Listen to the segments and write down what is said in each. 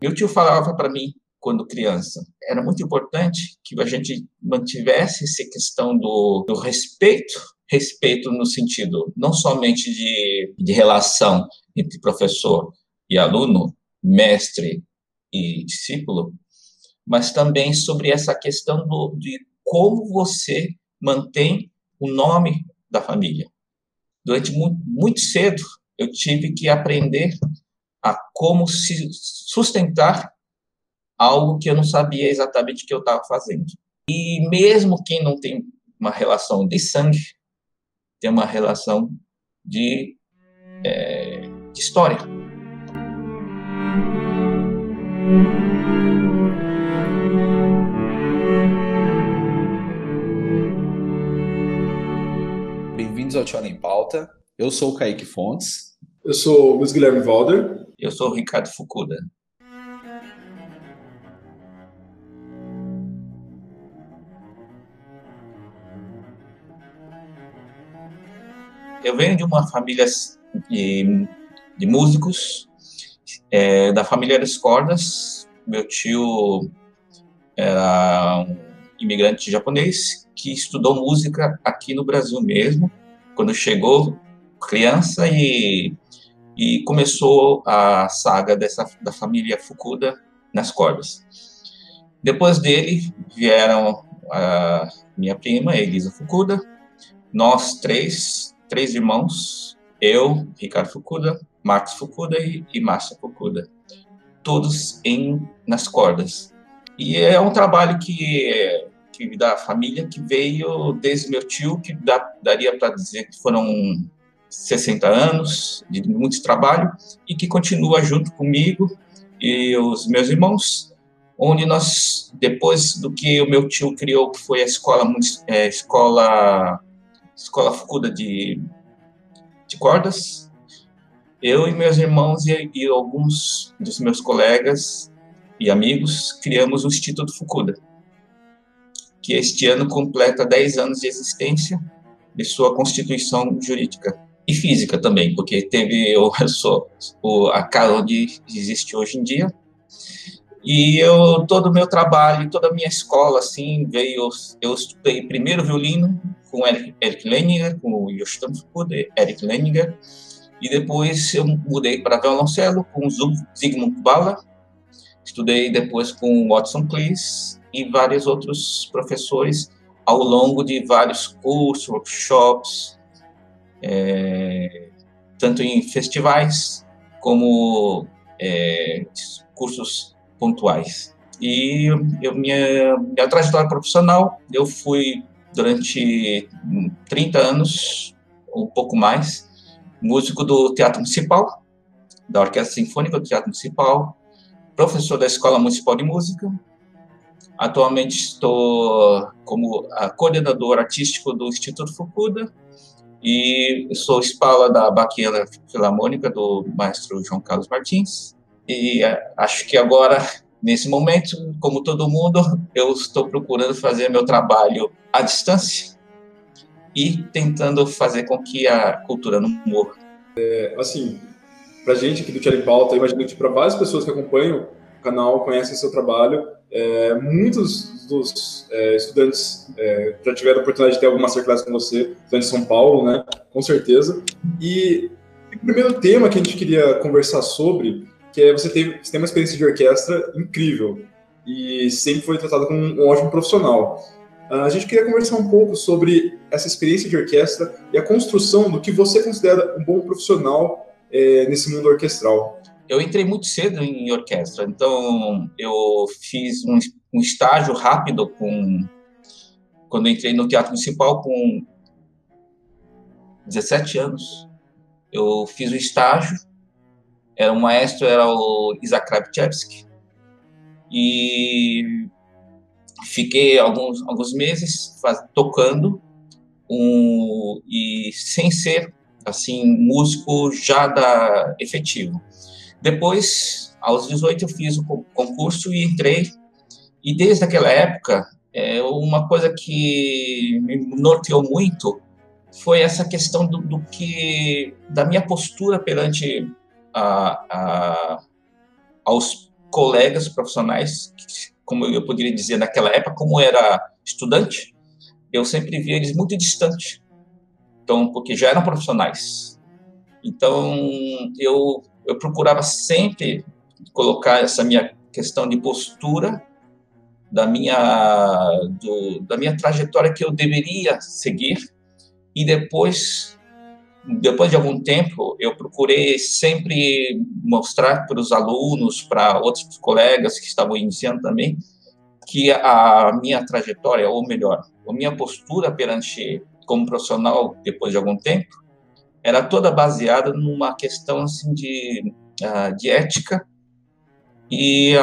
Meu tio falava para mim, quando criança, era muito importante que a gente mantivesse essa questão do respeito, respeito no sentido não somente de relação entre professor e aluno, mestre e discípulo, mas também sobre essa questão de como você mantém o nome da família. Durante muito cedo, eu tive que aprender a como se sustentar algo que eu não sabia exatamente o que eu estava fazendo. E mesmo quem não tem uma relação de sangue, tem uma relação de, de história. Bem-vindos ao Tchau em Pauta. Eu sou o Kaique Fontes. Eu sou o Luiz Guilherme Valder. Eu sou o Ricardo Fukuda. Eu venho de uma família de músicos, da família das cordas. Meu tio era um imigrante japonês que estudou música aqui no Brasil mesmo, quando chegou criança e começou a saga da família Fukuda nas cordas. Depois dele vieram a minha prima, Elisa Fukuda, nós três irmãos, eu, Ricardo Fukuda, Marcos Fukuda e Márcia Fukuda, todos nas cordas. E é um trabalho que da família que veio desde meu tio, que daria para dizer que foram 60 anos de muito trabalho, e que continua junto comigo e os meus irmãos, onde nós, depois do que o meu tio criou, que foi a escola Fukuda de cordas, eu e meus irmãos e alguns dos meus colegas e amigos criamos o Instituto Fukuda, que este ano completa 10 anos de existência de sua constituição jurídica e física também, porque teve a casa onde existe hoje em dia. E todo o meu trabalho, toda a minha escola, assim, eu estudei primeiro violino com Eric Leninger, com o Yoshitano Fukuda, Eric Leninger, e depois eu mudei para violoncelo com Zygmunt Bala, estudei depois com Watson Cleese e vários outros professores ao longo de vários cursos, workshops, tanto em festivais como cursos pontuais. E minha trajetória profissional, eu fui durante 30 anos, ou um pouco mais, músico do Teatro Municipal, da Orquestra Sinfônica do Teatro Municipal, professor da Escola Municipal de Música. Atualmente estou como coordenador artístico do Instituto Fukuda e sou espala da Baquiana Filarmônica do maestro João Carlos Martins. E acho que agora, nesse momento, como todo mundo, eu estou procurando fazer meu trabalho à distância e tentando fazer com que a cultura não morra. Assim, pra gente aqui do Tchau em Pauta, imagino que para várias pessoas que acompanham o canal, conhecem seu trabalho, muitos dos estudantes já tiveram a oportunidade de ter alguma masterclass com você, estudantes de São Paulo, né? Com certeza. E o primeiro tema que a gente queria conversar sobre, que é você tem uma experiência de orquestra incrível e sempre foi tratado como um ótimo profissional. A gente queria conversar um pouco sobre essa experiência de orquestra e a construção do que você considera um bom profissional nesse mundo orquestral. Eu entrei muito cedo em orquestra, então eu fiz um estágio rápido quando entrei no Teatro Municipal com 17 anos. Eu fiz o estágio, o maestro era o Isaac Kravchevsky, e fiquei alguns meses tocando, e sem ser assim músico já efetivo. Depois, aos 18, eu fiz o concurso e entrei. E desde aquela época, uma coisa que me norteou muito foi essa questão da minha postura perante aos colegas profissionais, como eu poderia dizer naquela época, como era estudante, eu sempre via eles muito distantes, então, porque já eram profissionais. Então, eu procurava sempre colocar essa minha questão de postura, da minha trajetória que eu deveria seguir, e depois de algum tempo, eu procurei sempre mostrar para os alunos, para outros colegas que estavam iniciando também, que a minha trajetória, ou melhor, a minha postura perante como profissional depois de algum tempo, era toda baseada numa questão assim de ética, e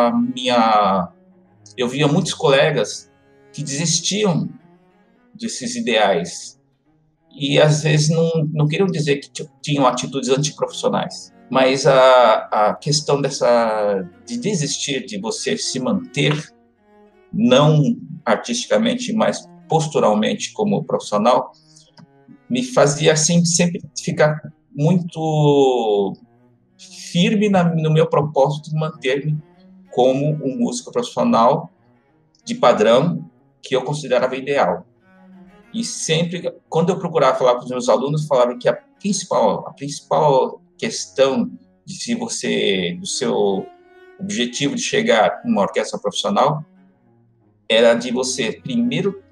eu via muitos colegas que desistiam desses ideais e às vezes não queriam dizer que tinham atitudes antiprofissionais, mas a questão de desistir, de você se manter, não artisticamente, mas posturalmente como profissional, me fazia assim sempre ficar muito firme no meu propósito de manter-me como um músico profissional de padrão que eu considerava ideal. E sempre, quando eu procurava falar com os meus alunos, falavam que a principal questão do seu objetivo de chegar a uma orquestra profissional era de você primeiro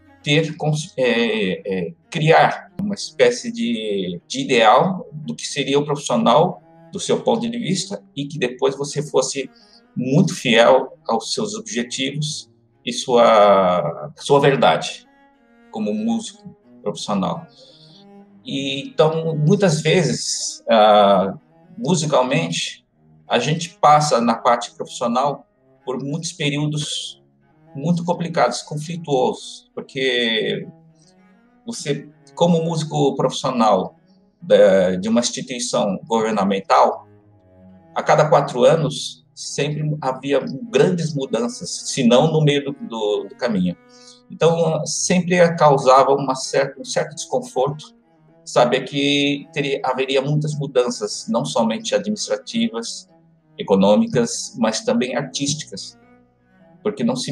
criar uma espécie de ideal do que seria o profissional do seu ponto de vista, e que depois você fosse muito fiel aos seus objetivos e sua verdade como músico profissional. E então, muitas vezes, musicalmente, a gente passa na parte profissional por muitos períodos muito complicados, conflituosos, porque você, como músico profissional de uma instituição governamental, a cada 4 anos sempre havia grandes mudanças, se não no meio do caminho. Então, sempre causava um certo desconforto saber que haveria muitas mudanças, não somente administrativas, econômicas, mas também artísticas, porque não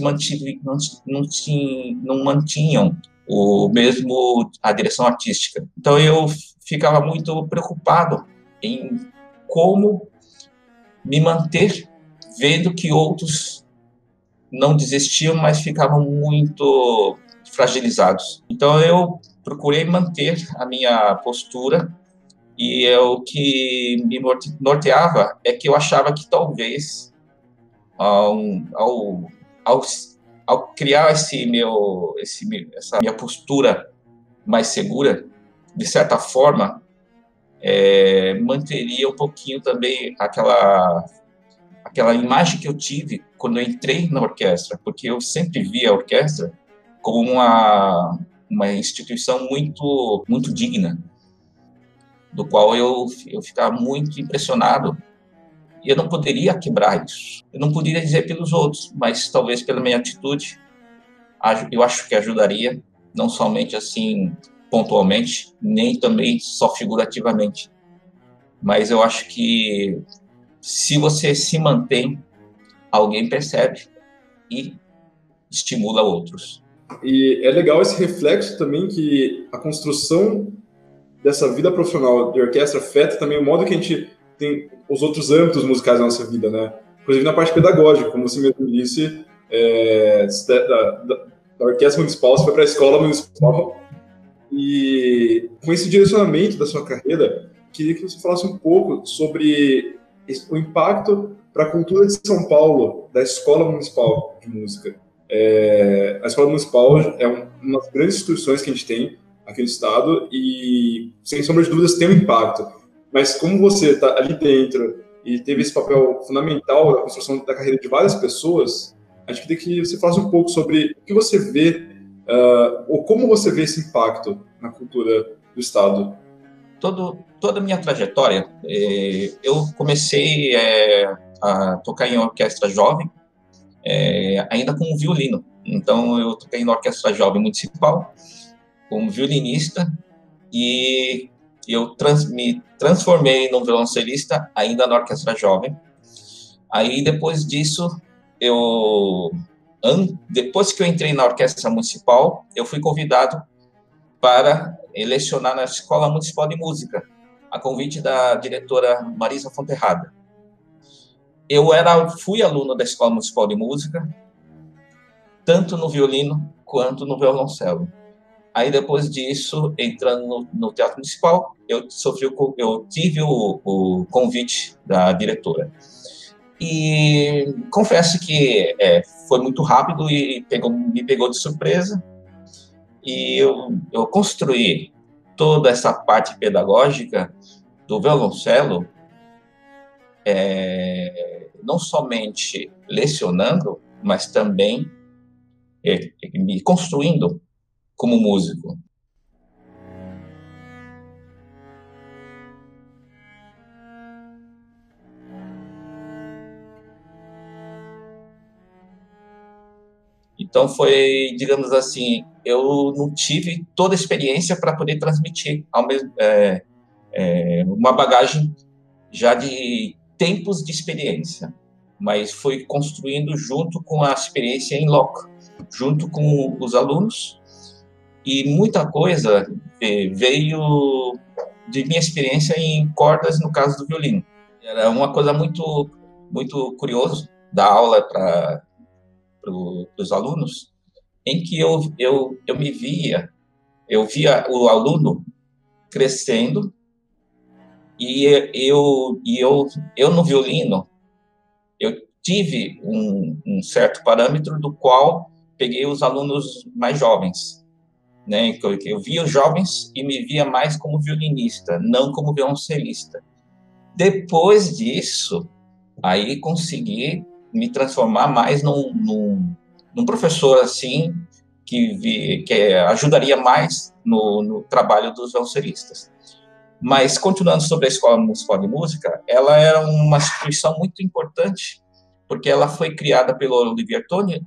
mantinham a direção artística. Então, eu ficava muito preocupado em como me manter, vendo que outros não desistiam, mas ficavam muito fragilizados. Então, eu procurei manter a minha postura, e o que me norteava é que eu achava que talvez, ao criar essa minha postura mais segura, de certa forma, manteria um pouquinho também aquela imagem que eu tive quando eu entrei na orquestra, porque eu sempre via a orquestra como uma instituição muito, muito digna, do qual eu ficava muito impressionado, e eu não poderia quebrar isso. Eu não poderia dizer pelos outros, mas talvez pela minha atitude, eu acho que ajudaria, não somente assim pontualmente, nem também só figurativamente, mas eu acho que se você se mantém, alguém percebe e estimula outros. E é legal esse reflexo também, que a construção dessa vida profissional de orquestra afeta também o modo que a gente tem os outros âmbitos musicais da nossa vida, né? Inclusive na parte pedagógica, como você mesmo disse, da orquestra municipal, você foi para a escola municipal, e com esse direcionamento da sua carreira, queria que você falasse um pouco sobre o impacto para a cultura de São Paulo, da Escola Municipal de Música. A Escola Municipal é uma das grandes instituições que a gente tem aqui no estado e, sem sombra de dúvidas, tem um impacto. Mas como você está ali dentro e teve esse papel fundamental na construção da carreira de várias pessoas, a gente queria que você falasse um pouco sobre o que você vê, ou como você vê esse impacto na cultura do estado. Toda a minha trajetória, eu comecei a tocar em orquestra jovem, ainda com violino. Então, eu toquei na Orquestra Jovem Municipal como violinista, e eu me transformei num violoncelista ainda na Orquestra Jovem. Aí, depois disso, eu, depois que eu entrei na Orquestra Municipal, eu fui convidado para lecionar na Escola Municipal de Música, a convite da diretora Marisa Fonterrada. Fui aluno da Escola Municipal de Música, tanto no violino quanto no violoncelo. Aí, depois disso, entrando no Teatro Municipal, eu tive o convite da diretora. E confesso que foi muito rápido e me pegou de surpresa. E eu construí toda essa parte pedagógica do violoncelo, não somente lecionando, mas também me construindo como músico. Então foi, digamos assim, eu não tive toda a experiência para poder transmitir uma bagagem já de tempos de experiência, mas foi construindo junto com a experiência em loco, junto com os alunos, e muita coisa veio de minha experiência em cordas, no caso do violino. Era uma coisa muito, muito curiosa da aula para os alunos, em que eu via o aluno crescendo, e eu no violino, eu tive um certo parâmetro do qual peguei os alunos mais jovens, né? Eu via os jovens e me via mais como violinista, não como violoncelista. Depois disso, aí consegui me transformar mais num professor assim que ajudaria mais no trabalho dos violoncelistas. Mas, continuando sobre a Escola Municipal de Música, ela era uma instituição muito importante, porque ela foi criada pelo Olivier Toni,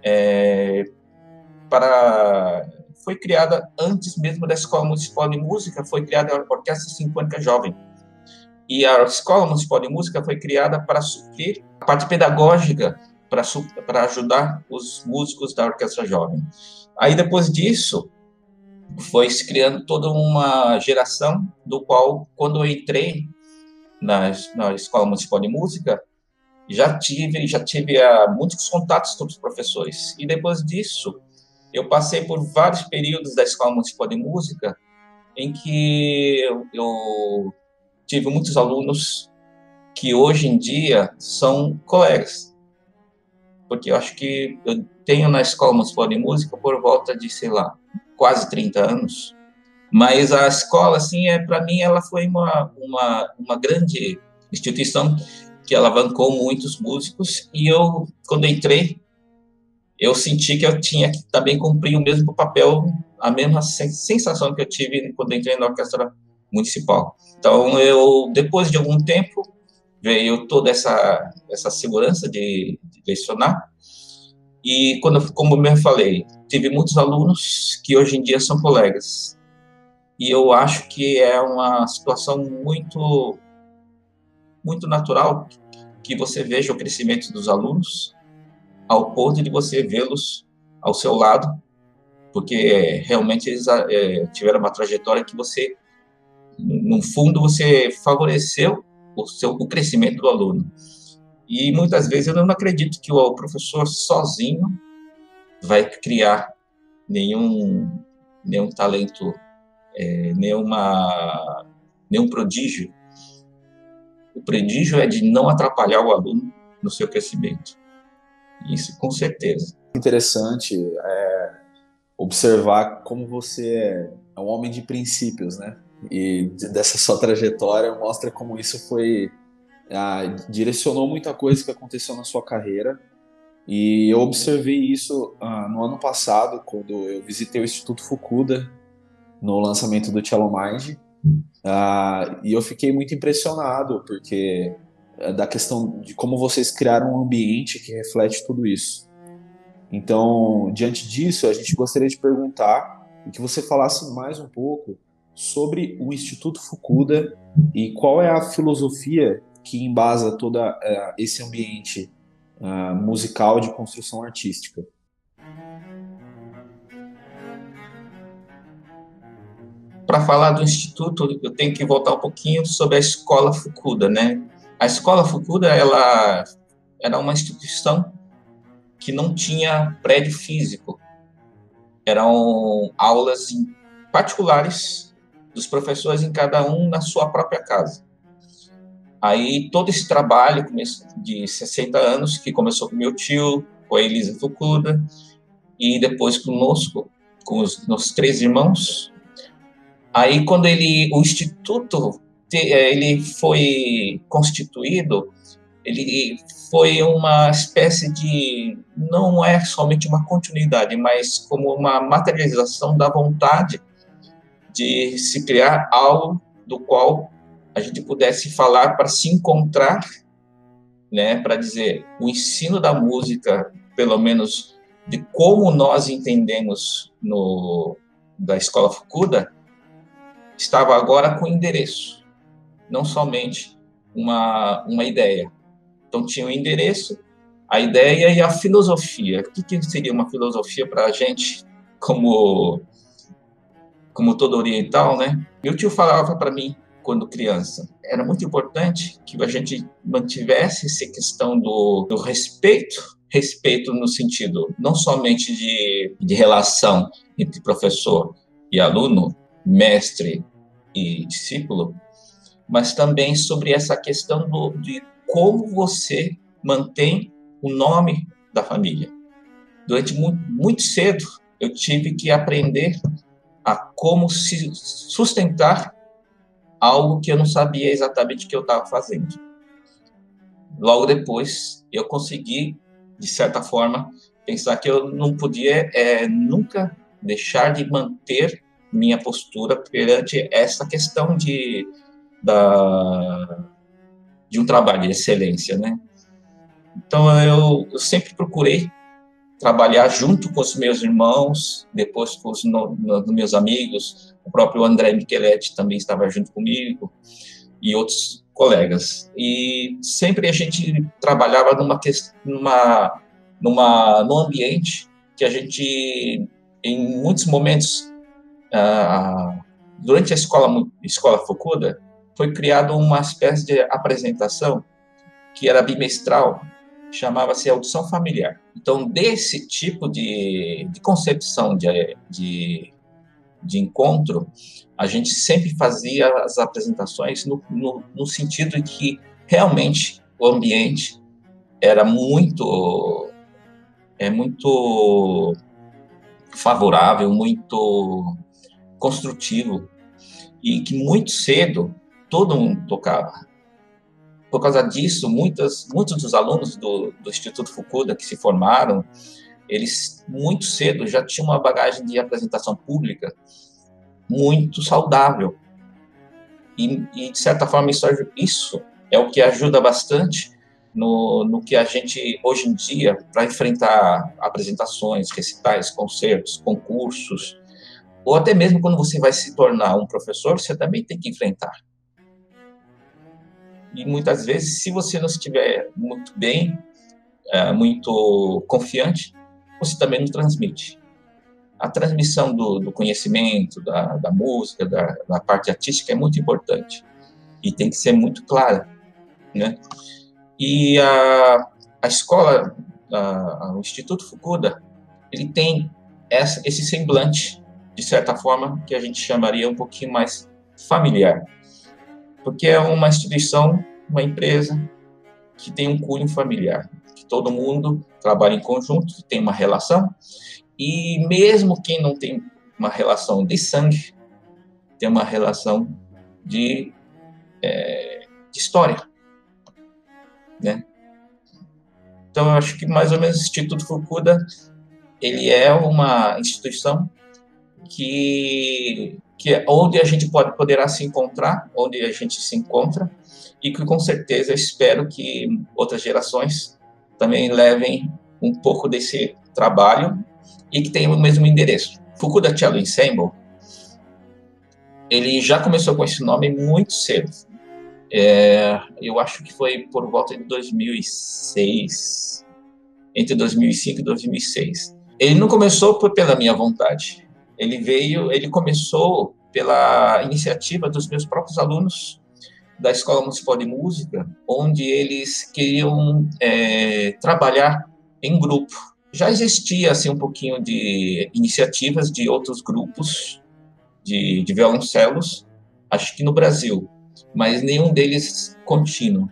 foi criada antes mesmo da Escola Municipal de Música, foi criada a Orquestra Sinfônica Jovem. E a Escola Municipal de Música foi criada para suprir a parte pedagógica, para ajudar os músicos da Orquestra Jovem. Aí, depois disso, foi se criando toda uma geração, do qual, quando eu entrei na Escola Municipal de Música, já tive muitos contatos com os professores. E depois disso, eu passei por vários períodos da Escola Municipal de Música em que eu tive muitos alunos que hoje em dia são colegas, porque eu acho que eu tenho na Escola Municipal de Música por volta de, sei lá, quase 30 anos, mas a escola, assim, para mim, ela foi uma grande instituição que alavancou muitos músicos, e eu, quando entrei, eu senti que eu tinha que também cumprir o mesmo papel, a mesma sensação que eu tive quando entrei na Orquestra Municipal. Então, depois de algum tempo, veio toda essa segurança de lecionar, e como eu mesmo falei, tive muitos alunos que hoje em dia são colegas, e eu acho que é uma situação muito, muito natural que você veja o crescimento dos alunos, ao ponto de você vê-los ao seu lado, porque realmente eles tiveram uma trajetória que você, no fundo, você favoreceu o crescimento do aluno. E muitas vezes eu não acredito que o professor sozinho vai criar nenhum talento, nenhum prodígio. O prodígio é de não atrapalhar o aluno no seu crescimento. Isso, com certeza. Interessante observar como você é um homem de princípios, né? E dessa sua trajetória mostra como isso direcionou muita coisa que aconteceu na sua carreira. E eu observei isso no ano passado, quando eu visitei o Instituto Fukuda, no lançamento do Cello Mind. E eu fiquei muito impressionado, porque da questão de como vocês criaram um ambiente que reflete tudo isso. Então, diante disso, a gente gostaria de perguntar e que você falasse mais um pouco sobre o Instituto Fukuda e qual é a filosofia que embasa todo esse ambiente musical de construção artística. Para falar do Instituto, eu tenho que voltar um pouquinho sobre a Escola Fukuda, né? A Escola Fukuda, ela era uma instituição que não tinha prédio físico. Eram aulas particulares dos professores, em cada um na sua própria casa. Aí todo esse trabalho de 60 anos, que começou com meu tio, com a Elisa Fukuda, e depois conosco, com os 3 irmãos. Aí, quando o Instituto ele foi constituído, ele foi uma espécie de, não é somente uma continuidade, mas como uma materialização da vontade de se criar algo do qual a gente pudesse falar para se encontrar, né, para dizer, o ensino da música, pelo menos de como nós entendemos da Escola Fukuda, estava agora com endereço, não somente uma ideia. Então, tinha o endereço, a ideia e a filosofia. O que seria uma filosofia para a gente, como todo oriental, né? Meu tio falava para mim, quando criança, era muito importante que a gente mantivesse essa questão do respeito no sentido não somente de relação entre professor e aluno, mestre e discípulo, mas também sobre essa questão de como você mantém o nome da família. Durante muito cedo, eu tive que aprender a como se sustentar algo que eu não sabia exatamente o que eu estava fazendo. Logo depois, eu consegui, de certa forma, pensar que eu não podia nunca deixar de manter minha postura perante essa questão de um trabalho de excelência, né? Então, eu sempre procurei trabalhar junto com os meus irmãos, depois com os meus amigos, o próprio André Micheletti também estava junto comigo, e outros colegas. E sempre a gente trabalhava num ambiente que a gente, em muitos momentos, durante a escola Fukuda, foi criada uma espécie de apresentação que era bimestral, chamava-se audição familiar. Então, desse tipo de concepção de encontro, a gente sempre fazia as apresentações no sentido de que realmente o ambiente era muito favorável, muito construtivo, e que muito cedo todo mundo tocava. Por causa disso, muitos dos alunos do Instituto Fukuda que se formaram, eles muito cedo já tinham uma bagagem de apresentação pública muito saudável. E de certa forma, isso é o que ajuda bastante no que a gente, hoje em dia, para enfrentar apresentações, recitais, concertos, concursos, ou até mesmo quando você vai se tornar um professor, você também tem que enfrentar. E muitas vezes, se você não estiver muito bem, muito confiante, você também não transmite. A transmissão do conhecimento, da música, da parte artística é muito importante e tem que ser muito clara, né? E a escola, o Instituto Fukuda, ele tem esse semblante, de certa forma, que a gente chamaria um pouquinho mais familiar, porque é uma instituição, uma empresa que tem um cunho familiar, que todo mundo trabalha em conjunto, que tem uma relação, e mesmo quem não tem uma relação de sangue, tem uma relação de história, né? Então, eu acho que mais ou menos o Instituto Fukuda, ele é uma instituição que é onde a gente poderá se encontrar, onde a gente se encontra, e que com certeza eu espero que outras gerações também levem um pouco desse trabalho e que tenham o mesmo endereço. Fukuda Cello Ensemble, ele já começou com esse nome muito cedo. Eu acho que foi por volta de 2006, entre 2005 e 2006. Ele não começou pela minha vontade. Ele começou pela iniciativa dos meus próprios alunos da Escola Municipal de Música, onde eles queriam trabalhar em grupo. Já existia assim um pouquinho de iniciativas de outros grupos de violoncelos, acho que no Brasil, mas nenhum deles contínuo.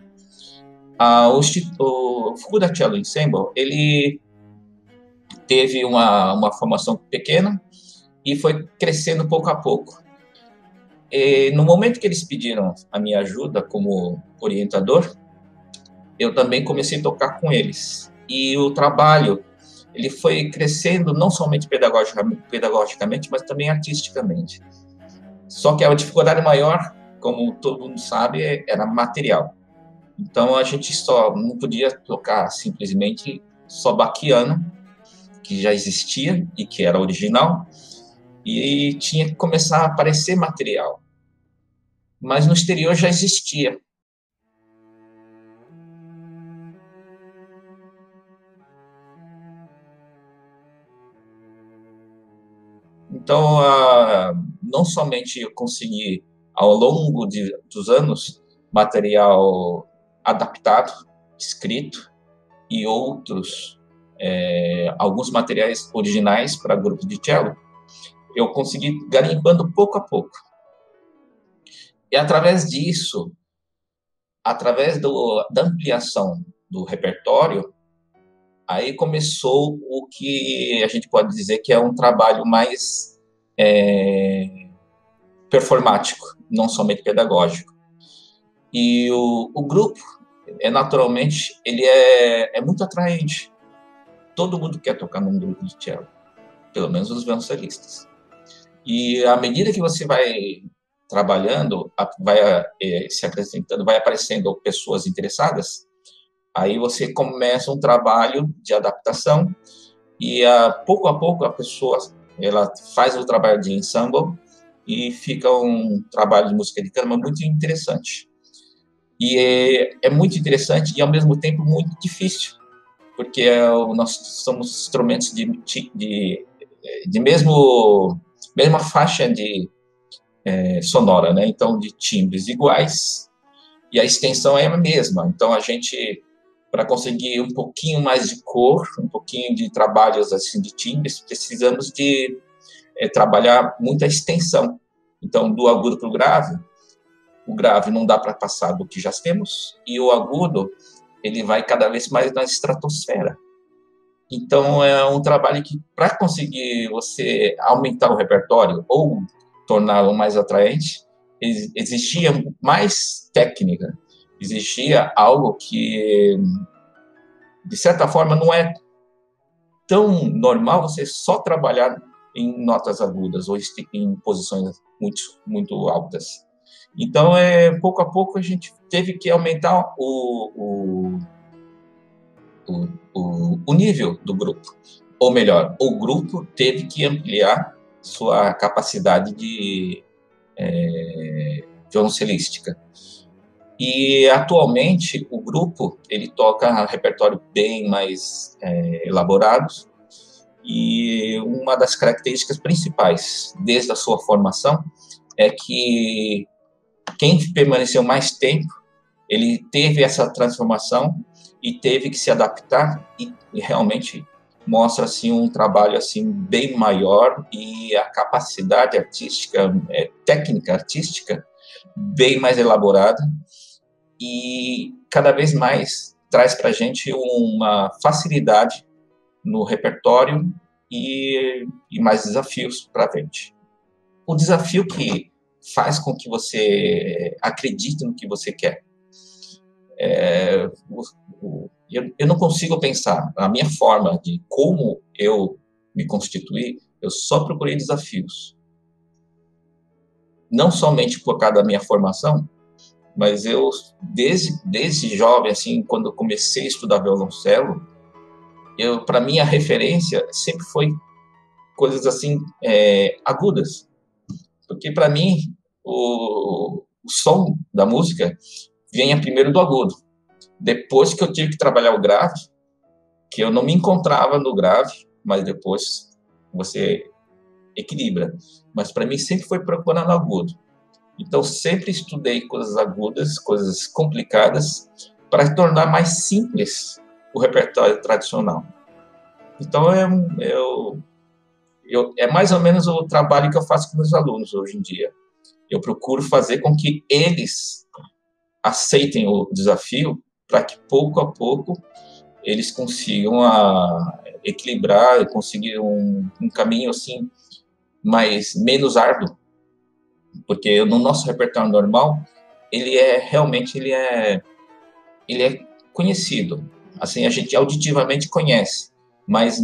O Fukuda Cello Ensemble, ele teve uma formação pequena e foi crescendo pouco a pouco. E no momento que eles pediram a minha ajuda como orientador, eu também comecei a tocar com eles. E o trabalho ele foi crescendo não somente pedagogicamente, mas também artisticamente. Só que a dificuldade maior, como todo mundo sabe, era material. Então a gente só não podia tocar simplesmente só baquiana, que já existia e que era original, e tinha que começar a aparecer material. Mas no exterior já existia. Então, não somente eu consegui, ao longo dos anos, material adaptado, escrito, e outros, alguns materiais originais para grupo de cello, eu consegui garimpando pouco a pouco. E através disso, através da ampliação do repertório, aí começou o que a gente pode dizer que é um trabalho mais performático, não somente pedagógico. E o grupo, naturalmente, ele é muito atraente. Todo mundo quer tocar num grupo de cello, pelo menos os violoncelistas. E à medida que você vai trabalhando, vai se acrescentando, vai aparecendo pessoas interessadas, aí você começa um trabalho de adaptação e pouco a pouco a pessoa ela faz o trabalho de ensemble e fica um trabalho de música de câmara muito interessante. E é muito interessante e ao mesmo tempo muito difícil, porque nós somos instrumentos de mesma faixa de sonora, né? Então de timbres iguais e a extensão é a mesma. Então a gente, para conseguir um pouquinho mais de cor, um pouquinho de trabalhos assim de timbres, precisamos de trabalhar muita extensão. Então do agudo para o grave não dá para passar do que já temos, e o agudo ele vai cada vez mais na estratosfera. Então é um trabalho que, para conseguir você aumentar o repertório ou torná-lo mais atraente, exigia mais técnica, exigia algo que, de certa forma, não é tão normal você só trabalhar em notas agudas ou em posições muito, muito altas. Então, pouco a pouco, a gente teve que aumentar o nível do grupo. Ou melhor, o grupo teve que ampliar sua capacidade de violoncelística. E, atualmente, o grupo ele toca repertório bem mais elaborados, e uma das características principais, desde a sua formação, é que quem permaneceu mais tempo, ele teve essa transformação e teve que se adaptar e realmente mostra assim um trabalho assim bem maior e a capacidade artística, técnica artística bem mais elaborada e cada vez mais traz para a gente uma facilidade no repertório e mais desafios para frente. O desafio que faz com que você acredite no que você quer. Eu não consigo pensar a minha forma de como eu me constituí, eu só procurei desafios. Não somente por causa da minha formação, mas eu, desde jovem, assim, quando eu comecei a estudar violoncelo, para mim, a referência sempre foi coisas assim, agudas. Porque, para mim, o som da música venha primeiro do agudo. Depois que eu tive que trabalhar o grave, que eu não me encontrava no grave, mas depois você equilibra. Mas para mim sempre foi procurando agudo. Então sempre estudei coisas agudas, coisas complicadas, para tornar mais simples o repertório tradicional. Então é mais ou menos o trabalho que eu faço com meus alunos hoje em dia. Eu procuro fazer com que eles aceitem o desafio para que pouco a pouco eles consigam equilibrar e conseguir um caminho assim menos árduo, porque no nosso repertório normal ele é conhecido, assim, a gente auditivamente conhece, mas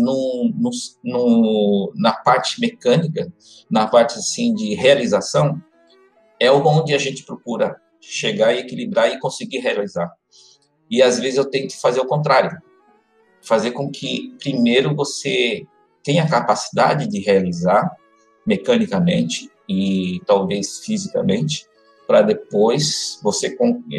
na parte mecânica, na parte assim de realização, é onde a gente procura chegar e equilibrar e conseguir realizar. E às vezes eu tenho que fazer o contrário, fazer com que primeiro você tenha a capacidade de realizar mecanicamente e talvez fisicamente, para depois você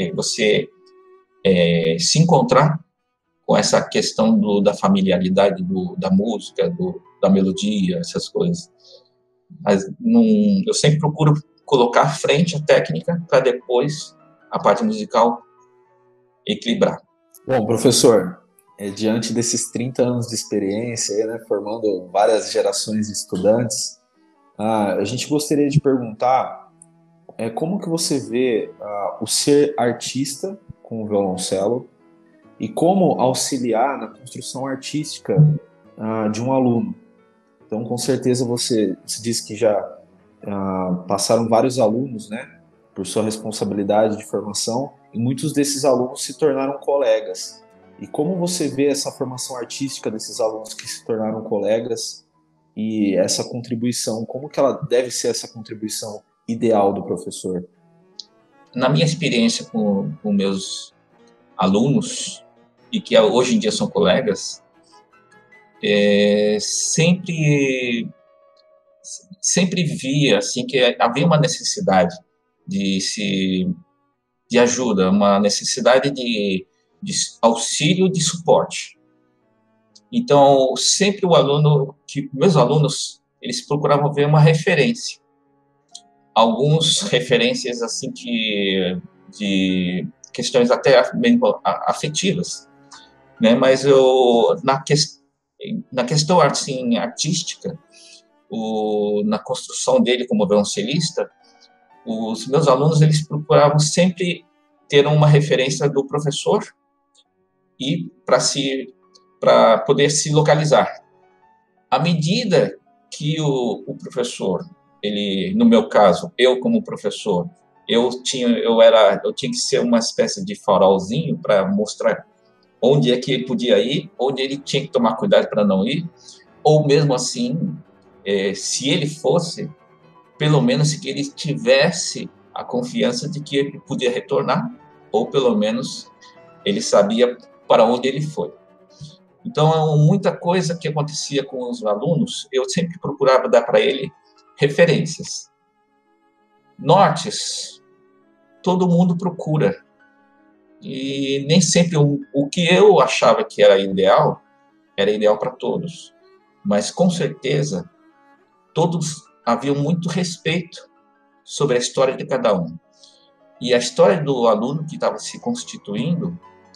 se encontrar com essa questão da familiaridade da música, da melodia, essas coisas. Mas eu sempre procuro colocar à frente a técnica para depois a parte musical equilibrar. Bom, professor, diante desses 30 anos de experiência, né, formando várias gerações de estudantes, a gente gostaria de perguntar como que você vê o ser artista com o violoncelo e como auxiliar na construção artística de um aluno. Então, com certeza, você disse que já passaram vários alunos, né, por sua responsabilidade de formação, e muitos desses alunos se tornaram colegas. E como você vê essa formação artística desses alunos que se tornaram colegas e essa contribuição, como que ela deve ser essa contribuição ideal do professor? Na minha experiência com meus alunos, e que hoje em dia são colegas, sempre via assim que havia uma necessidade de ajuda, uma necessidade de auxílio, de suporte. Então, sempre meus alunos, eles procuravam ver uma referência. Alguns referências assim de questões até mesmo afetivas, né? Mas na questão assim, artística, na construção dele como violoncelista, os meus alunos eles procuravam sempre ter uma referência do professor e para poder se localizar. À medida que o professor, no meu caso, eu como professor, eu tinha que ser uma espécie de farolzinho para mostrar onde é que ele podia ir, onde ele tinha que tomar cuidado para não ir, ou mesmo assim, se ele fosse, pelo menos que ele tivesse a confiança de que ele podia retornar, ou pelo menos ele sabia para onde ele foi. Então, muita coisa que acontecia com os alunos, eu sempre procurava dar para ele referências. Nortes, todo mundo procura. E nem sempre o que eu achava que era ideal para todos. Mas, com certeza, todos haviam muito respeito sobre a história de cada um. E a história do aluno que estava se constituindo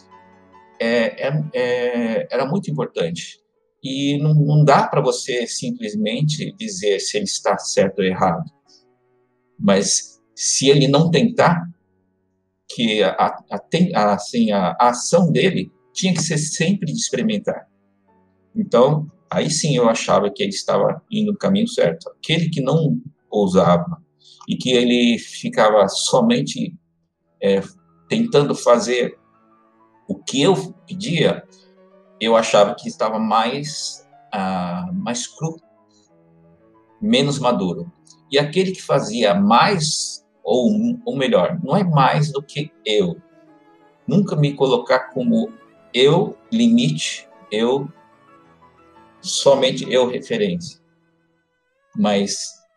era muito importante. E não dá para você simplesmente dizer se ele está certo ou errado. Mas se ele não tentar, que a ação dele tinha que ser sempre de experimentar. Então, aí sim eu achava que ele estava indo no caminho certo. Aquele que não ousava e que ele ficava somente tentando fazer o que eu pedia, eu achava que estava mais cru, menos maduro. E aquele que fazia mais, ou melhor, não é mais do que eu. Nunca me colocar como eu, limite, somente eu, referência. Mas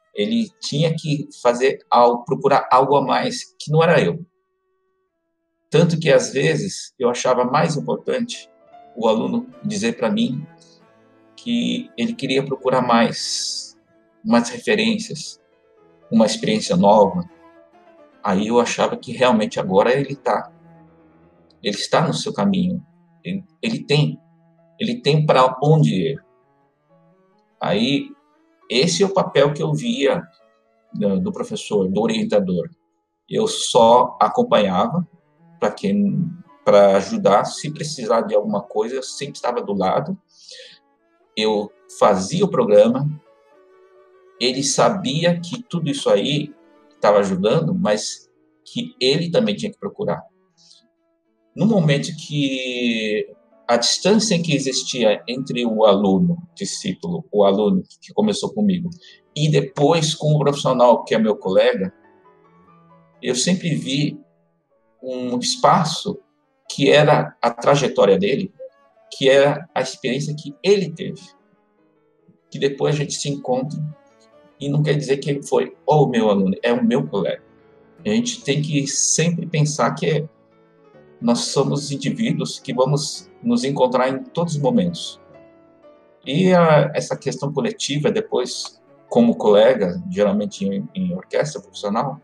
ele tinha que fazer algo, procurar algo a mais, que não era eu. Tanto que, às vezes, eu achava mais importante o aluno dizer para mim que ele queria procurar mais referências, uma experiência nova. Aí eu achava que realmente agora ele está no seu caminho, ele tem para onde ir. Aí esse é o papel que eu via do professor, do orientador. Eu só acompanhava para ajudar, se precisar de alguma coisa, eu sempre estava do lado. Eu fazia o programa, ele sabia que tudo isso aí estava ajudando, mas que ele também tinha que procurar. No momento que a distância que existia entre o aluno, discípulo, o aluno que começou comigo, e depois com o profissional, que é meu colega, eu sempre vi um espaço que era a trajetória dele, que era a experiência que ele teve. Que depois a gente se encontra, e não quer dizer que ele foi o meu aluno, é o meu colega. A gente tem que sempre pensar que nós somos indivíduos que vamos nos encontrar em todos os momentos. E essa questão coletiva, depois, como colega, geralmente em orquestra profissional,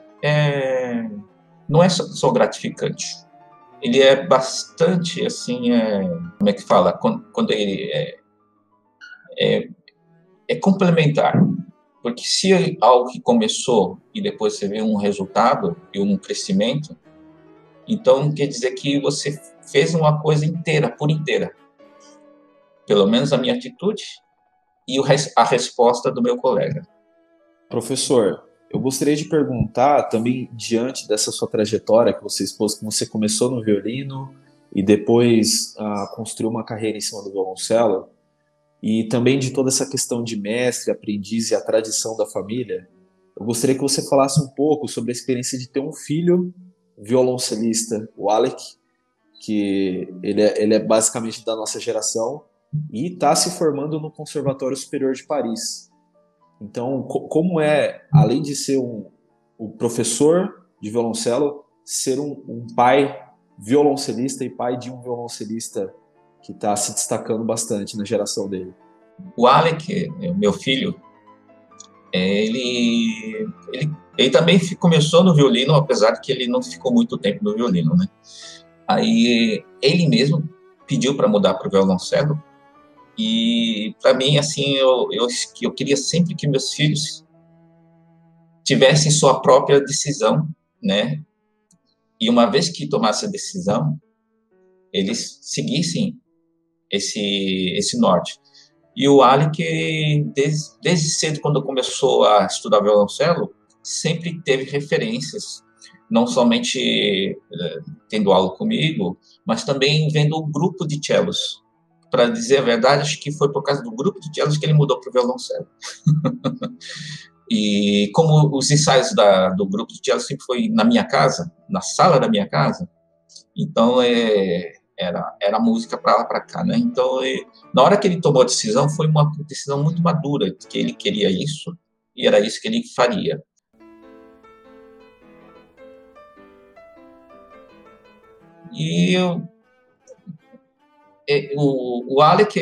não é só gratificante. Ele é bastante, assim, como é que fala? Quando ele é complementar. Porque se algo que começou e depois você vê um resultado e um crescimento, então quer dizer que você fez uma coisa inteira, por inteira. Pelo menos a minha atitude e a resposta do meu colega. Professor, eu gostaria de perguntar também, diante dessa sua trajetória que você expôs, que você começou no violino e depois construiu uma carreira em cima do violoncelo, e também de toda essa questão de mestre, aprendiz e a tradição da família, eu gostaria que você falasse um pouco sobre a experiência de ter um filho violoncelista, o Alec, que ele é basicamente da nossa geração e está se formando no Conservatório Superior de Paris. Então, como é, além de ser um professor de violoncelo, ser um pai violoncelista e pai de um violoncelista que está se destacando bastante na geração dele? O Alec, meu filho, ele também começou no violino, apesar de que ele não ficou muito tempo no violino, né? Aí ele mesmo pediu para mudar para o violoncelo. E para mim, assim, eu queria sempre que meus filhos tivessem sua própria decisão, né? E uma vez que tomasse a decisão, eles seguissem esse norte. E o Alec, desde cedo, quando começou a estudar violoncelo, sempre teve referências, não somente tendo aula comigo, mas também vendo o grupo de cellos. Para dizer a verdade, acho que foi por causa do grupo de cellos que ele mudou para o violoncelo. E como os ensaios do grupo de cellos sempre foi na minha casa, na sala da minha casa, então era música para lá para cá, né? Então, na hora que ele tomou a decisão, foi uma decisão muito madura, que ele queria isso e era isso que ele faria. E o Alec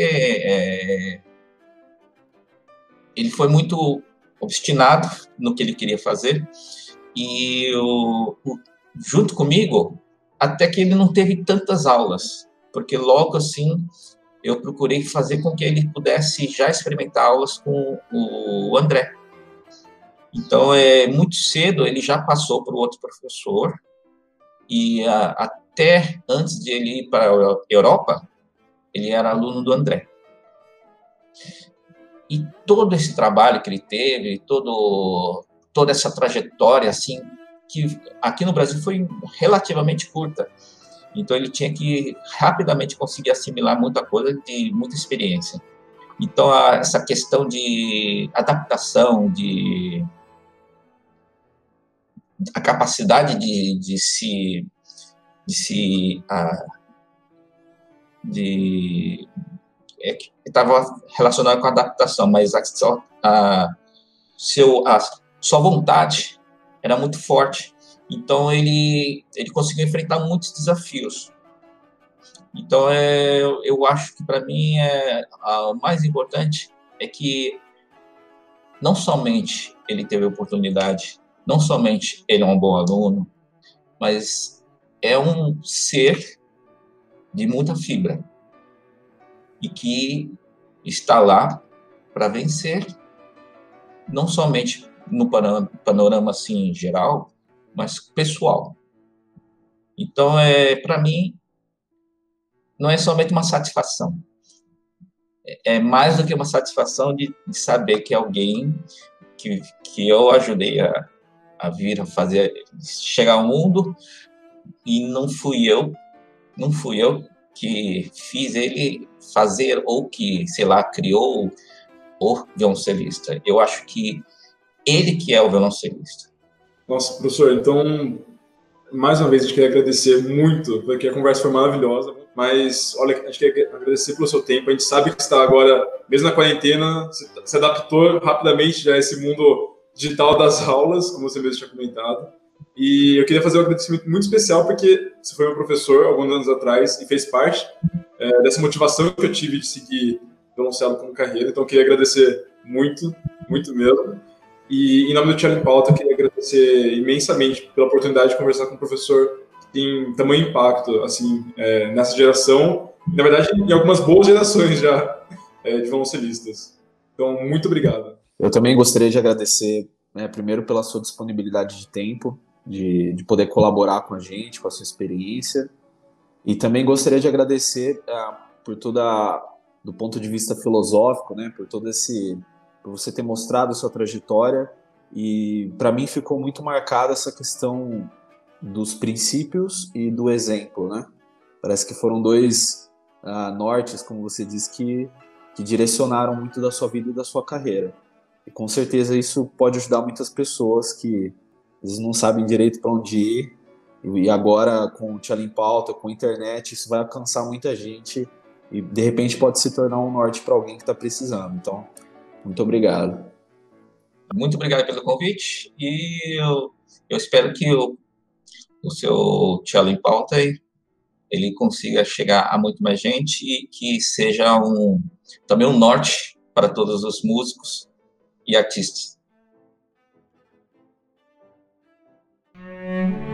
ele foi muito obstinado no que ele queria fazer e junto comigo até que ele não teve tantas aulas, porque logo assim eu procurei fazer com que ele pudesse já experimentar aulas com o André. Então, muito cedo ele já passou para o outro professor e até antes de ele ir para a Europa, ele era aluno do André. E todo esse trabalho que ele teve, toda essa trajetória, assim, que aqui no Brasil foi relativamente curta. Então, ele tinha que rapidamente conseguir assimilar muita coisa, de muita experiência. Então, essa questão de adaptação, a capacidade estava relacionado com a adaptação, mas a sua vontade era muito forte. Então, ele conseguiu enfrentar muitos desafios. Então, eu acho que, para mim, o mais importante é que não somente ele teve oportunidade, não somente ele é um bom aluno, mas é um ser de muita fibra e que está lá para vencer, não somente no panorama assim geral, mas pessoal. Então, para mim, não é somente uma satisfação, é mais do que uma satisfação de saber que alguém que eu ajudei a vir a fazer chegar ao mundo, e não fui eu que fiz ele fazer, ou que, sei lá, criou o violoncelista. Eu acho que ele que é o violoncelista. Nossa, professor, então, mais uma vez, a gente queria agradecer muito, porque a conversa foi maravilhosa, mas, olha, a gente quer agradecer pelo seu tempo. A gente sabe que você está agora, mesmo na quarentena, se adaptou rapidamente já a esse mundo digital das aulas, como você mesmo tinha comentado. E eu queria fazer um agradecimento muito especial, porque você foi meu professor alguns anos atrás e fez parte dessa motivação que eu tive de seguir violoncelo como carreira. Então, eu queria agradecer muito, muito mesmo. E, em nome do Cello em Pauta, eu queria agradecer imensamente pela oportunidade de conversar com um professor que tem tamanho impacto assim, nessa geração, e, na verdade, em algumas boas gerações já de violoncelistas. Então, muito obrigado. Eu também gostaria de agradecer, primeiro pela sua disponibilidade de tempo, de poder colaborar com a gente, com a sua experiência, e também gostaria de agradecer por do ponto de vista filosófico, né, por você ter mostrado a sua trajetória, e para mim ficou muito marcada essa questão dos princípios e do exemplo, né? Parece que foram dois nortes, como você disse, que direcionaram muito da sua vida e da sua carreira. E com certeza isso pode ajudar muitas pessoas que às vezes não sabem direito para onde ir, e agora com o Cello em Pauta, com a internet, isso vai alcançar muita gente e de repente pode se tornar um norte para alguém que está precisando. Então, muito obrigado. Muito obrigado pelo convite, e eu espero que o seu Cello em Pauta ele consiga chegar a muito mais gente, e que seja também um norte para todos os músicos e artistas.